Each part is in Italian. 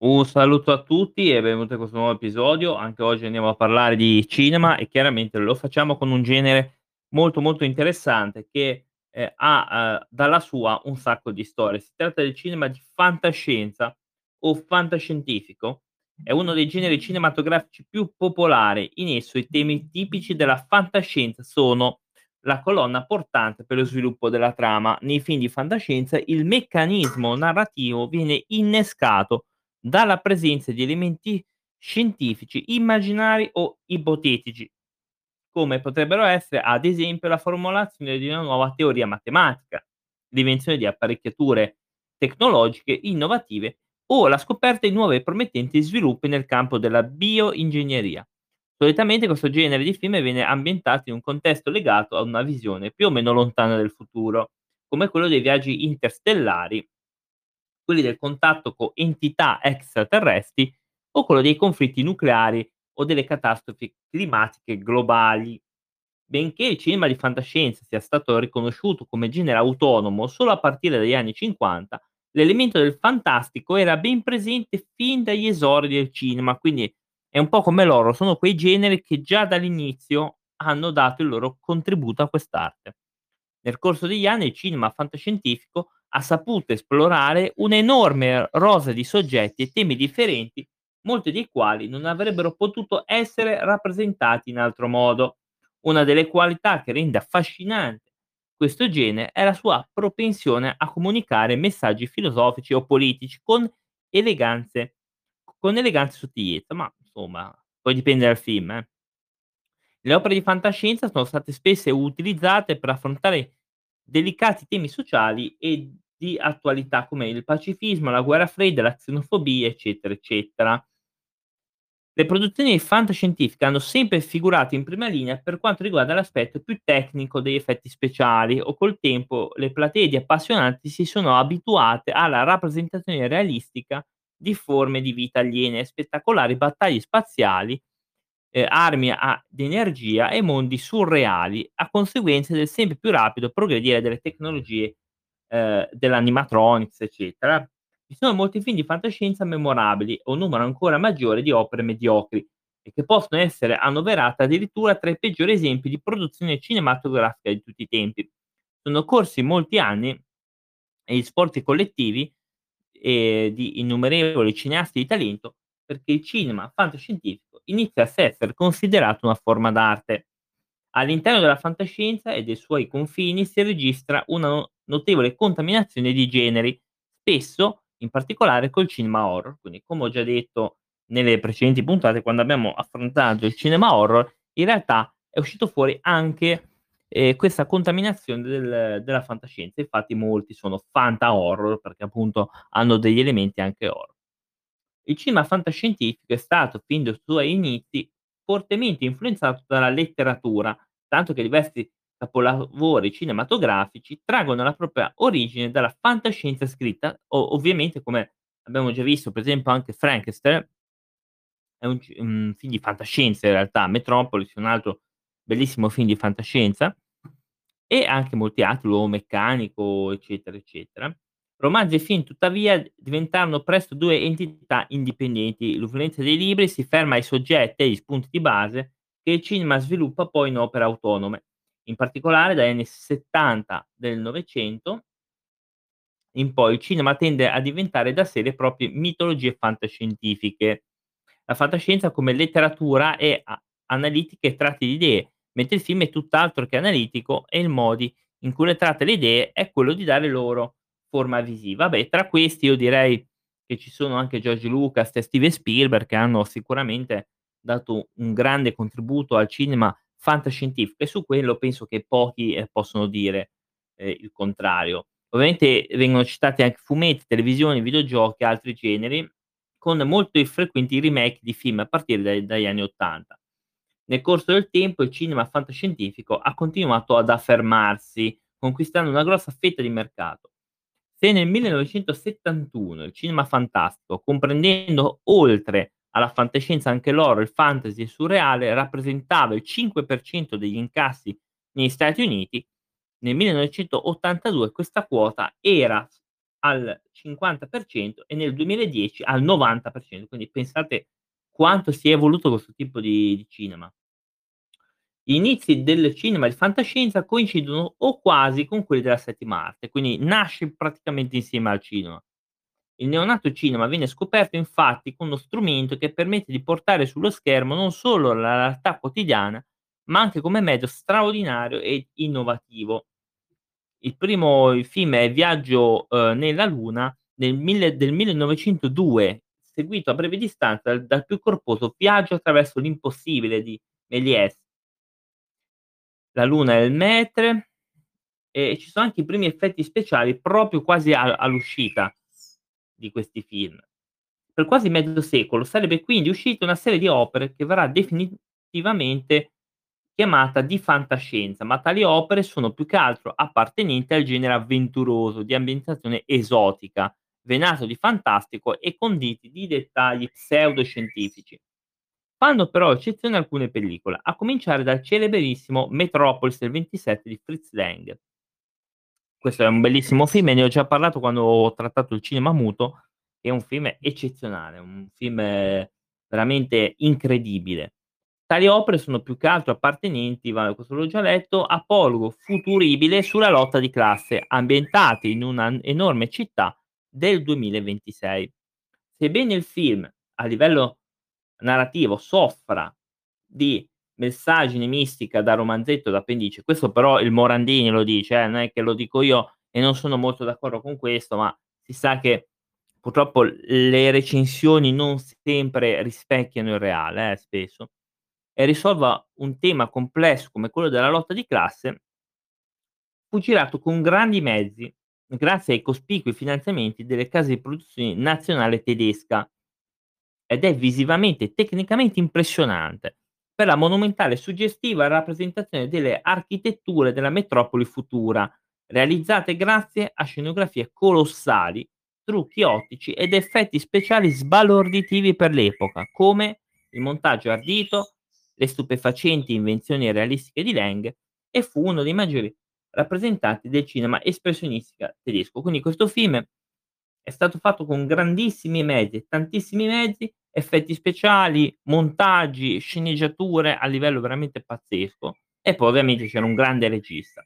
Un saluto a tutti e benvenuti a questo nuovo episodio. Anche oggi andiamo a parlare di cinema e chiaramente lo facciamo con un genere molto, molto interessante che, ha, dalla sua un sacco di storie. Si tratta del cinema di fantascienza o fantascientifico. È uno dei generi cinematografici più popolari. In esso i temi tipici della fantascienza sono la colonna portante per lo sviluppo della trama. Nei film di fantascienza il meccanismo narrativo viene innescato dalla presenza di elementi scientifici, immaginari o ipotetici, come potrebbero essere, ad esempio, la formulazione di una nuova teoria matematica, l'invenzione di apparecchiature tecnologiche innovative o la scoperta di nuovi e promettenti sviluppi nel campo della bioingegneria. Solitamente questo genere di film viene ambientato in un contesto legato a una visione più o meno lontana del futuro, come quello dei viaggi interstellari, quelli del contatto con entità extraterrestri o quello dei conflitti nucleari o delle catastrofi climatiche globali. Benché il cinema di fantascienza sia stato riconosciuto come genere autonomo solo a partire dagli anni '50, l'elemento del fantastico era ben presente fin dagli esordi del cinema, quindi è un po' come l'horror, sono quei generi che già dall'inizio hanno dato il loro contributo a quest'arte. Nel corso degli anni il cinema fantascientifico ha saputo esplorare un'enorme rosa di soggetti e temi differenti, molti dei quali non avrebbero potuto essere rappresentati in altro modo. Una delle qualità che rende affascinante questo genere è la sua propensione a comunicare messaggi filosofici o politici eleganza e sottigliezza, ma insomma, poi dipende dal film, eh. Le opere di fantascienza sono state spesso utilizzate per affrontare delicati temi sociali e di attualità come il pacifismo, la guerra fredda, la xenofobia, eccetera, eccetera. Le produzioni fantascientifiche hanno sempre figurato in prima linea per quanto riguarda l'aspetto più tecnico degli effetti speciali, o col tempo le platee di appassionati si sono abituate alla rappresentazione realistica di forme di vita aliene, spettacolari battaglie spaziali, armi a di energia e mondi surreali, a conseguenza del sempre più rapido progredire delle tecnologie, dell'animatronics, eccetera. Ci sono molti film di fantascienza memorabili e un numero ancora maggiore di opere mediocri e che possono essere annoverate addirittura tra i peggiori esempi di produzione cinematografica di tutti i tempi. Sono corsi molti anni e gli sforzi collettivi, di innumerevoli cineasti di talento perché il cinema fantascientifico iniziasse a essere considerato una forma d'arte. All'interno della fantascienza e dei suoi confini si registra una notevole contaminazione di generi, spesso in particolare col cinema horror. Quindi, come ho già detto nelle precedenti puntate, quando abbiamo affrontato il cinema horror, in realtà è uscito fuori anche, questa contaminazione della fantascienza. Infatti molti sono fanta horror perché appunto hanno degli elementi anche horror. Il cinema fantascientifico è stato, fin dai suoi inizi, fortemente influenzato dalla letteratura, tanto che diversi capolavori cinematografici traggono la propria origine dalla fantascienza scritta, ovviamente, come abbiamo già visto, per esempio anche Frankenstein è un film di fantascienza in realtà, Metropolis è un altro bellissimo film di fantascienza e anche molti altri, L'uomo meccanico, eccetera, eccetera. Romanzi e film tuttavia diventarono presto 2 entità indipendenti. L'influenza dei libri si ferma ai soggetti e agli spunti di base che il cinema sviluppa poi in opere autonome. In particolare dagli anni '70 del '900 in poi il cinema tende a diventare da sé le proprie mitologie fantascientifiche. La fantascienza come letteratura è analitica e tratti di idee, mentre il film è tutt'altro che analitico e il modi in cui le tratta le idee è quello di dare loro forma visiva. Beh, tra questi io direi che ci sono anche George Lucas e Steven Spielberg che hanno sicuramente dato un grande contributo al cinema fantascientifico e su quello penso che pochi, possono dire, il contrario. Ovviamente vengono citati anche fumetti, televisioni, videogiochi e altri generi, con molto frequenti remake di film a partire dagli anni '80. Nel corso del tempo il cinema fantascientifico ha continuato ad affermarsi, conquistando una grossa fetta di mercato. Se nel 1971 il cinema fantastico, comprendendo oltre alla fantascienza anche l'horror, il fantasy e il surreale, rappresentava il 5% degli incassi negli Stati Uniti, nel 1982 questa quota era al 50% e nel 2010 al 90%, quindi pensate quanto si è evoluto questo tipo di cinema. Gli inizi del cinema di fantascienza coincidono o quasi con quelli della settima arte, quindi nasce praticamente insieme al cinema. Il neonato cinema viene scoperto infatti con uno strumento che permette di portare sullo schermo non solo la realtà quotidiana, ma anche come mezzo straordinario ed innovativo. Il film è Viaggio, nella luna del 1902, seguito a breve distanza dal più corposo Viaggio attraverso l'impossibile di Méliès. La luna è il maître e ci sono anche i primi effetti speciali proprio quasi all'uscita di questi film. Per quasi mezzo secolo sarebbe quindi uscita una serie di opere che verrà definitivamente chiamata di fantascienza, ma tali opere sono più che altro appartenenti al genere avventuroso, di ambientazione esotica, venato di fantastico e conditi di dettagli pseudoscientifici. Fanno però eccezione alcune pellicole, a cominciare dal celeberissimo Metropolis del '27 di Fritz Lang. Questo è un bellissimo film e ne ho già parlato quando ho trattato il cinema muto, è un film eccezionale, un film veramente incredibile. Tali opere sono più che altro appartenenti, questo l'ho già letto, apologo futuribile sulla lotta di classe, ambientate in una enorme città del 2026. Sebbene il film a livello narrativo soffra di messaggine mistica da romanzetto d'appendice, questo però il Morandini lo dice, non è che lo dico io e non sono molto d'accordo con questo, ma si sa che purtroppo le recensioni non sempre rispecchiano il reale, spesso, e risolva un tema complesso come quello della lotta di classe, fu girato con grandi mezzi, grazie ai cospicui finanziamenti delle case di produzione nazionale tedesca. Ed è visivamente e tecnicamente impressionante, per la monumentale e suggestiva rappresentazione delle architetture della metropoli futura, realizzate grazie a scenografie colossali, trucchi ottici ed effetti speciali sbalorditivi per l'epoca, come il montaggio ardito, le stupefacenti invenzioni realistiche di Lang, e fu uno dei maggiori rappresentanti del cinema espressionistica tedesco. Quindi questo film è stato fatto con grandissimi mezzi, tantissimi mezzi, effetti speciali, montaggi, sceneggiature a livello veramente pazzesco e poi ovviamente c'era un grande regista.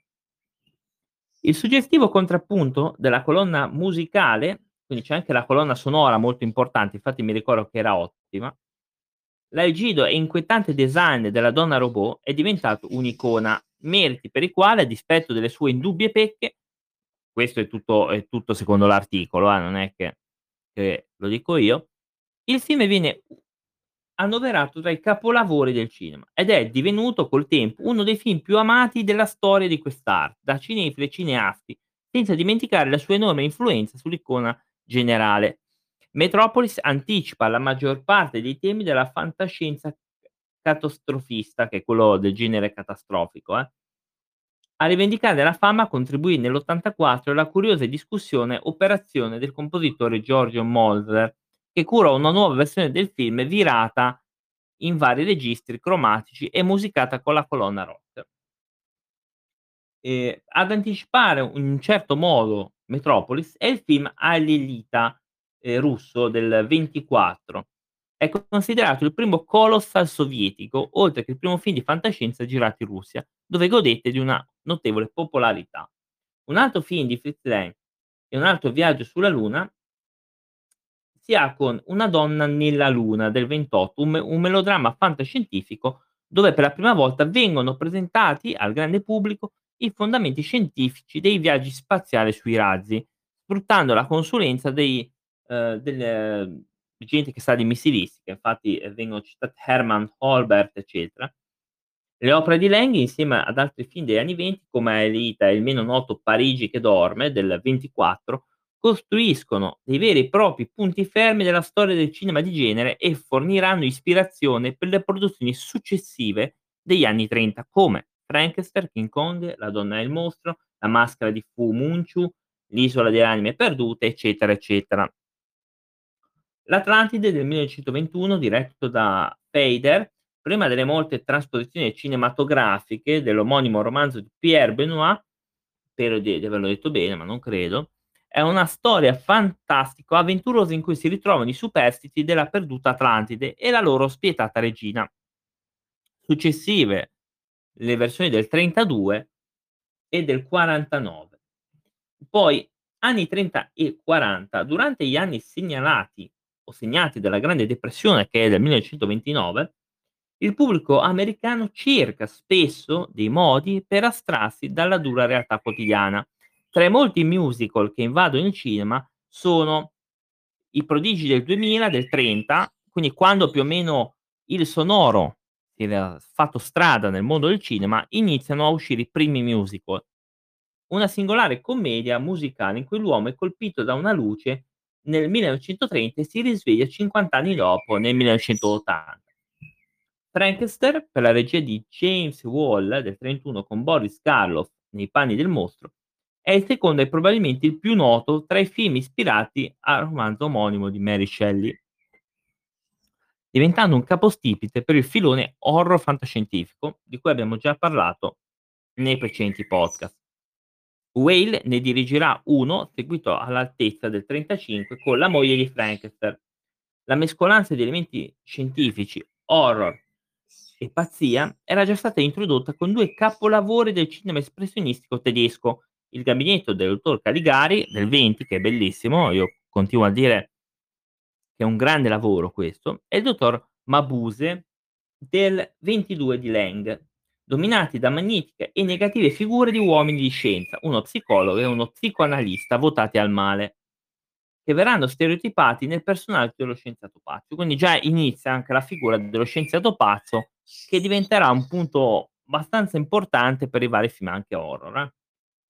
Il suggestivo contrappunto della colonna musicale, quindi c'è anche la colonna sonora molto importante, infatti mi ricordo che era ottima, l'algido e inquietante design della donna robot è diventato un'icona, meriti per i quali, a dispetto delle sue indubbie pecche, questo è tutto secondo l'articolo, non è che lo dico io, il film viene annoverato tra i capolavori del cinema ed è divenuto col tempo uno dei film più amati della storia di quest'arte, da cinefili e cineasti, senza dimenticare la sua enorme influenza sull'icona generale. Metropolis anticipa la maggior parte dei temi della fantascienza catastrofista, che è quello del genere catastrofico. A rivendicare la fama contribuì nell'84 la curiosa discussione operazione del compositore Giorgio Moroder, che curò una nuova versione del film virata in vari registri cromatici e musicata con la colonna rock. Ad anticipare in un certo modo Metropolis è il film Alelita, russo del '24. È considerato il primo colossal sovietico, oltre che il primo film di fantascienza girato in Russia, dove godette di una notevole popolarità. Un altro film di Fritz Lang e un altro viaggio sulla luna si ha con Una donna nella luna del '28, un melodramma fantascientifico dove per la prima volta vengono presentati al grande pubblico i fondamenti scientifici dei viaggi spaziali sui razzi, sfruttando la consulenza di gente che sa di missilistica, infatti, vengono citati Hermann Holbert, eccetera. Le opere di Lang, insieme ad altri film degli anni '20 come Aelita e il meno noto Parigi che dorme del '24, costruiscono dei veri e propri punti fermi della storia del cinema di genere e forniranno ispirazione per le produzioni successive degli anni '30 come Frankenstein, King Kong, La donna e il mostro, La maschera di Fu Manchu, L'isola delle anime perdute, eccetera, eccetera. L'Atlantide del 1921, diretto da Feder, prima delle molte trasposizioni cinematografiche dell'omonimo romanzo di Pierre Benoit, spero di averlo detto bene, ma non credo, È una storia fantastico-avventurosa in cui si ritrovano i superstiti della perduta Atlantide e la loro spietata regina. Successive le versioni del '32 e del '49. Poi anni '30 e '40, durante gli anni segnalati o segnati dalla Grande Depressione, che è del 1929, il pubblico americano cerca spesso dei modi per astrarsi dalla dura realtà quotidiana. Tra i molti musical che invadono il cinema sono I Prodigi del 2000, del '30, quindi quando più o meno il sonoro si era fatto strada nel mondo del cinema, iniziano a uscire i primi musical. Una singolare commedia musicale in cui l'uomo è colpito da una luce nel 1930 e si risveglia 50 anni dopo, nel 1980. Frankenstein, per la regia di James Whale del '31 con Boris Karloff nei panni del mostro, è il secondo e probabilmente il più noto tra i film ispirati al romanzo omonimo di Mary Shelley, diventando un capostipite per il filone horror fantascientifico di cui abbiamo già parlato nei precedenti podcast. Whale ne dirigerà uno seguito all'altezza del '35 con La moglie di Frankenstein. La mescolanza di elementi scientifici, horror e pazzia era già stata introdotta con 2 capolavori del cinema espressionistico tedesco: Il gabinetto del dottor Caligari del '20, che è bellissimo, io continuo a dire che è un grande lavoro questo, e il dottor Mabuse del '22 di Lang, dominati da magnetiche e negative figure di uomini di scienza, uno psicologo e uno psicoanalista votati al male, che verranno stereotipati nel personaggio dello scienziato pazzo. Quindi già inizia anche la figura dello scienziato pazzo, che diventerà un punto abbastanza importante per i vari film anche horror, eh.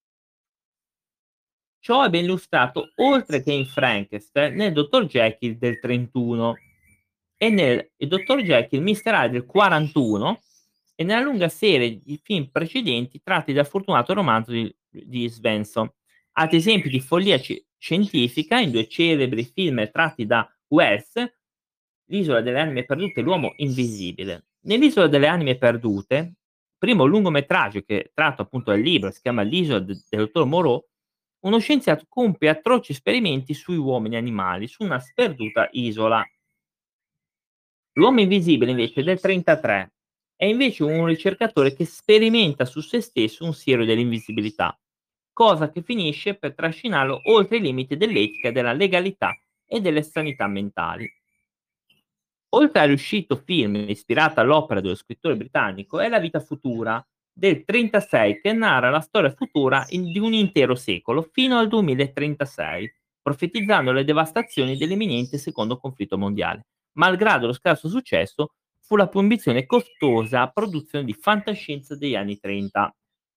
Ciò è ben illustrato, oltre che in Frankenstein, nel Dottor Jekyll del '31 e nel Il Dottor Jekyll Mister Hyde del '41 e nella lunga serie di film precedenti tratti dal fortunato romanzo di Svensson. Altri esempi di follia scientifica in 2 celebri film tratti da Wells, L'isola delle anime perdute e L'uomo invisibile. Nell'Isola delle anime perdute, primo lungometraggio che tratto appunto dal libro, si chiama L'isola del dottor Moreau, uno scienziato compie atroci esperimenti sui uomini e animali su una sperduta isola. L'uomo invisibile invece è del '33, è invece un ricercatore che sperimenta su se stesso un siero dell'invisibilità, cosa che finisce per trascinarlo oltre i limiti dell'etica, della legalità e delle sanità mentali. Oltre al riuscito film ispirato all'opera dello scrittore britannico è La vita futura del '36, che narra la storia futura di un intero secolo fino al 2036, profetizzando le devastazioni dell'imminente secondo conflitto mondiale. Malgrado lo scarso successo, fu la più ambiziosa e costosa produzione di fantascienza degli anni '30.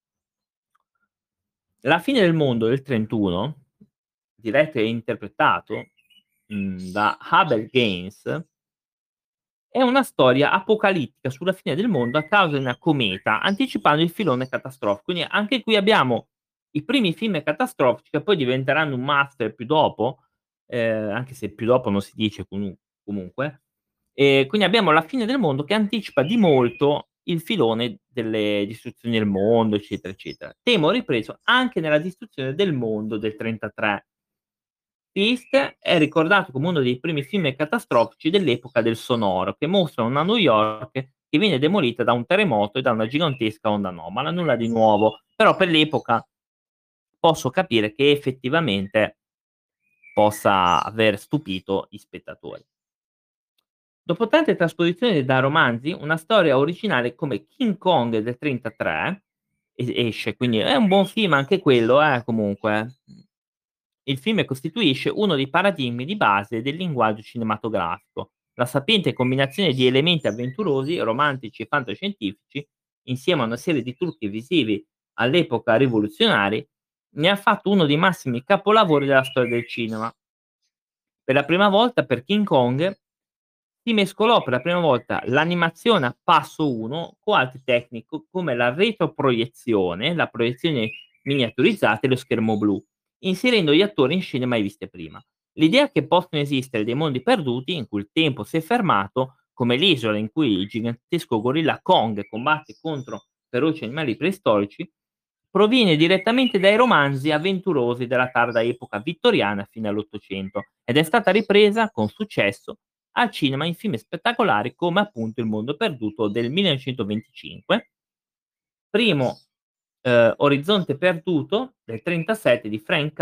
La fine del mondo del '31, diretto e interpretato, da Abel Gance, è una storia apocalittica sulla fine del mondo a causa di una cometa, anticipando il filone catastrofico. Quindi anche qui abbiamo i primi film catastrofici che poi diventeranno un master più dopo, anche se più dopo non si dice comunque. Quindi abbiamo la fine del mondo che anticipa di molto il filone delle distruzioni del mondo, eccetera, eccetera. Tema ripreso anche nella distruzione del mondo del '33. Beast è ricordato come uno dei primi film catastrofici dell'epoca del sonoro, che mostrano una New York che viene demolita da un terremoto e da una gigantesca onda anomala, nulla di nuovo, però per l'epoca posso capire che effettivamente possa aver stupito gli spettatori. Dopo tante trasposizioni da romanzi, una storia originale come King Kong del '33 esce, quindi è un buon film anche quello, comunque. Il film costituisce uno dei paradigmi di base del linguaggio cinematografico. La sapiente combinazione di elementi avventurosi, romantici e fantascientifici, insieme a una serie di trucchi visivi all'epoca rivoluzionari, ne ha fatto uno dei massimi capolavori della storia del cinema. Per la prima volta per King Kong si mescolò per la prima volta l'animazione a passo 1 con altre tecniche come la retroproiezione, la proiezione miniaturizzata e lo schermo blu, inserendo gli attori in scene mai viste prima. L'idea che possono esistere dei mondi perduti in cui il tempo si è fermato, come l'isola in cui il gigantesco gorilla Kong combatte contro feroci animali preistorici, proviene direttamente dai romanzi avventurosi della tarda epoca vittoriana fino all'Ottocento ed è stata ripresa con successo al cinema in film spettacolari come appunto Il mondo perduto del 1925, primo, Orizzonte perduto del '37 di Frank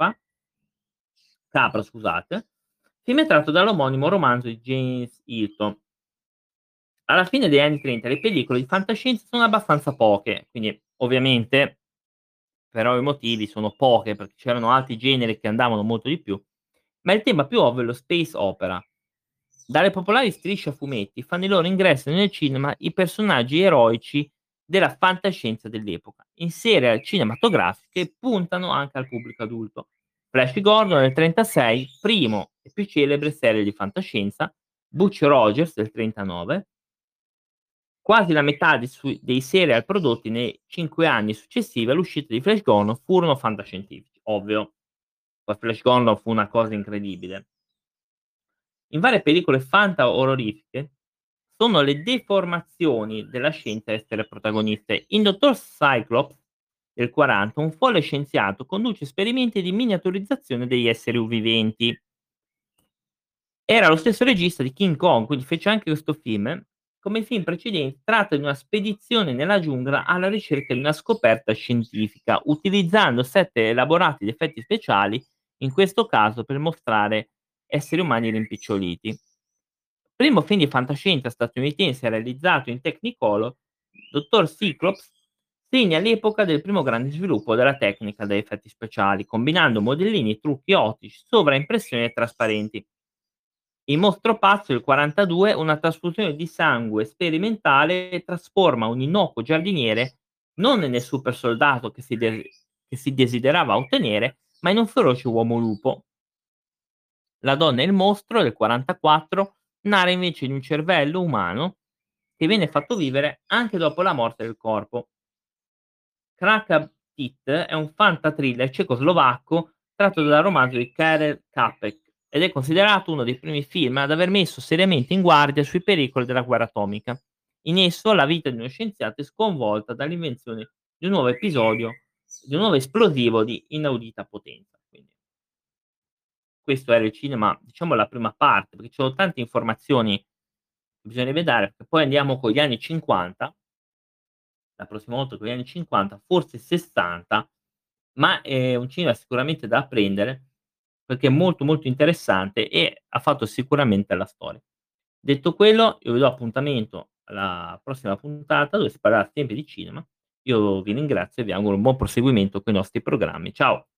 Capra scusate, film è tratto dall'omonimo romanzo di James Hilton. Alla fine degli anni '30 le pellicole di fantascienza sono abbastanza poche, quindi ovviamente per ovvi motivi sono poche, perché c'erano altri generi che andavano molto di più, ma il tema più ovvio è lo space opera. Dalle popolari strisce a fumetti fanno il loro ingresso nel cinema i personaggi eroici della fantascienza dell'epoca, in serie cinematografiche puntano anche al pubblico adulto. Flash Gordon del '36, primo e più celebre serie di fantascienza, Butch Rogers del '39, quasi la metà dei serial prodotti nei 5 anni successivi all'uscita di Flash Gordon furono fantascientifici, ovvio. Poi Flash Gordon fu una cosa incredibile. In varie pellicole fanta-orrorifiche sono le deformazioni della scienza a essere protagoniste. In Dottor Cyclops del '40 un folle scienziato conduce esperimenti di miniaturizzazione degli esseri viventi. Era lo stesso regista di King Kong, quindi fece anche questo film. Come i film precedenti, tratta di una spedizione nella giungla alla ricerca di una scoperta scientifica, utilizzando set elaborati di effetti speciali, in questo caso per mostrare esseri umani rimpiccioliti. Primo film di fantascienza statunitense realizzato in Technicolor, Dottor Cyclops segna l'epoca del primo grande sviluppo della tecnica da effetti speciali, combinando modellini e trucchi ottici, sovraimpressioni e trasparenti. Il mostro pazzo del '42, una trasfusione di sangue sperimentale trasforma un innocuo giardiniere non nel super soldato che si desiderava ottenere, ma in un feroce uomo lupo. La donna e il mostro del '44 narra invece di un cervello umano che viene fatto vivere anche dopo la morte del corpo. Kraka Tit è un fantathriller cecoslovacco tratto dal romanzo di Karel Čapek ed è considerato uno dei primi film ad aver messo seriamente in guardia sui pericoli della guerra atomica. In esso la vita di uno scienziato è sconvolta dall'invenzione di un nuovo episodio di un nuovo esplosivo di inaudita potenza. Quindi questo era il cinema, diciamo la prima parte, perché ci sono tante informazioni che bisognerebbe dare, perché poi andiamo con gli anni '50, la prossima volta con gli anni '50, forse '60, ma è un cinema sicuramente da apprendere, perché è molto, molto interessante e ha fatto sicuramente la storia. Detto quello, io vi do appuntamento alla prossima puntata dove si parlerà sempre di cinema. Io vi ringrazio e vi auguro un buon proseguimento coi nostri programmi. Ciao.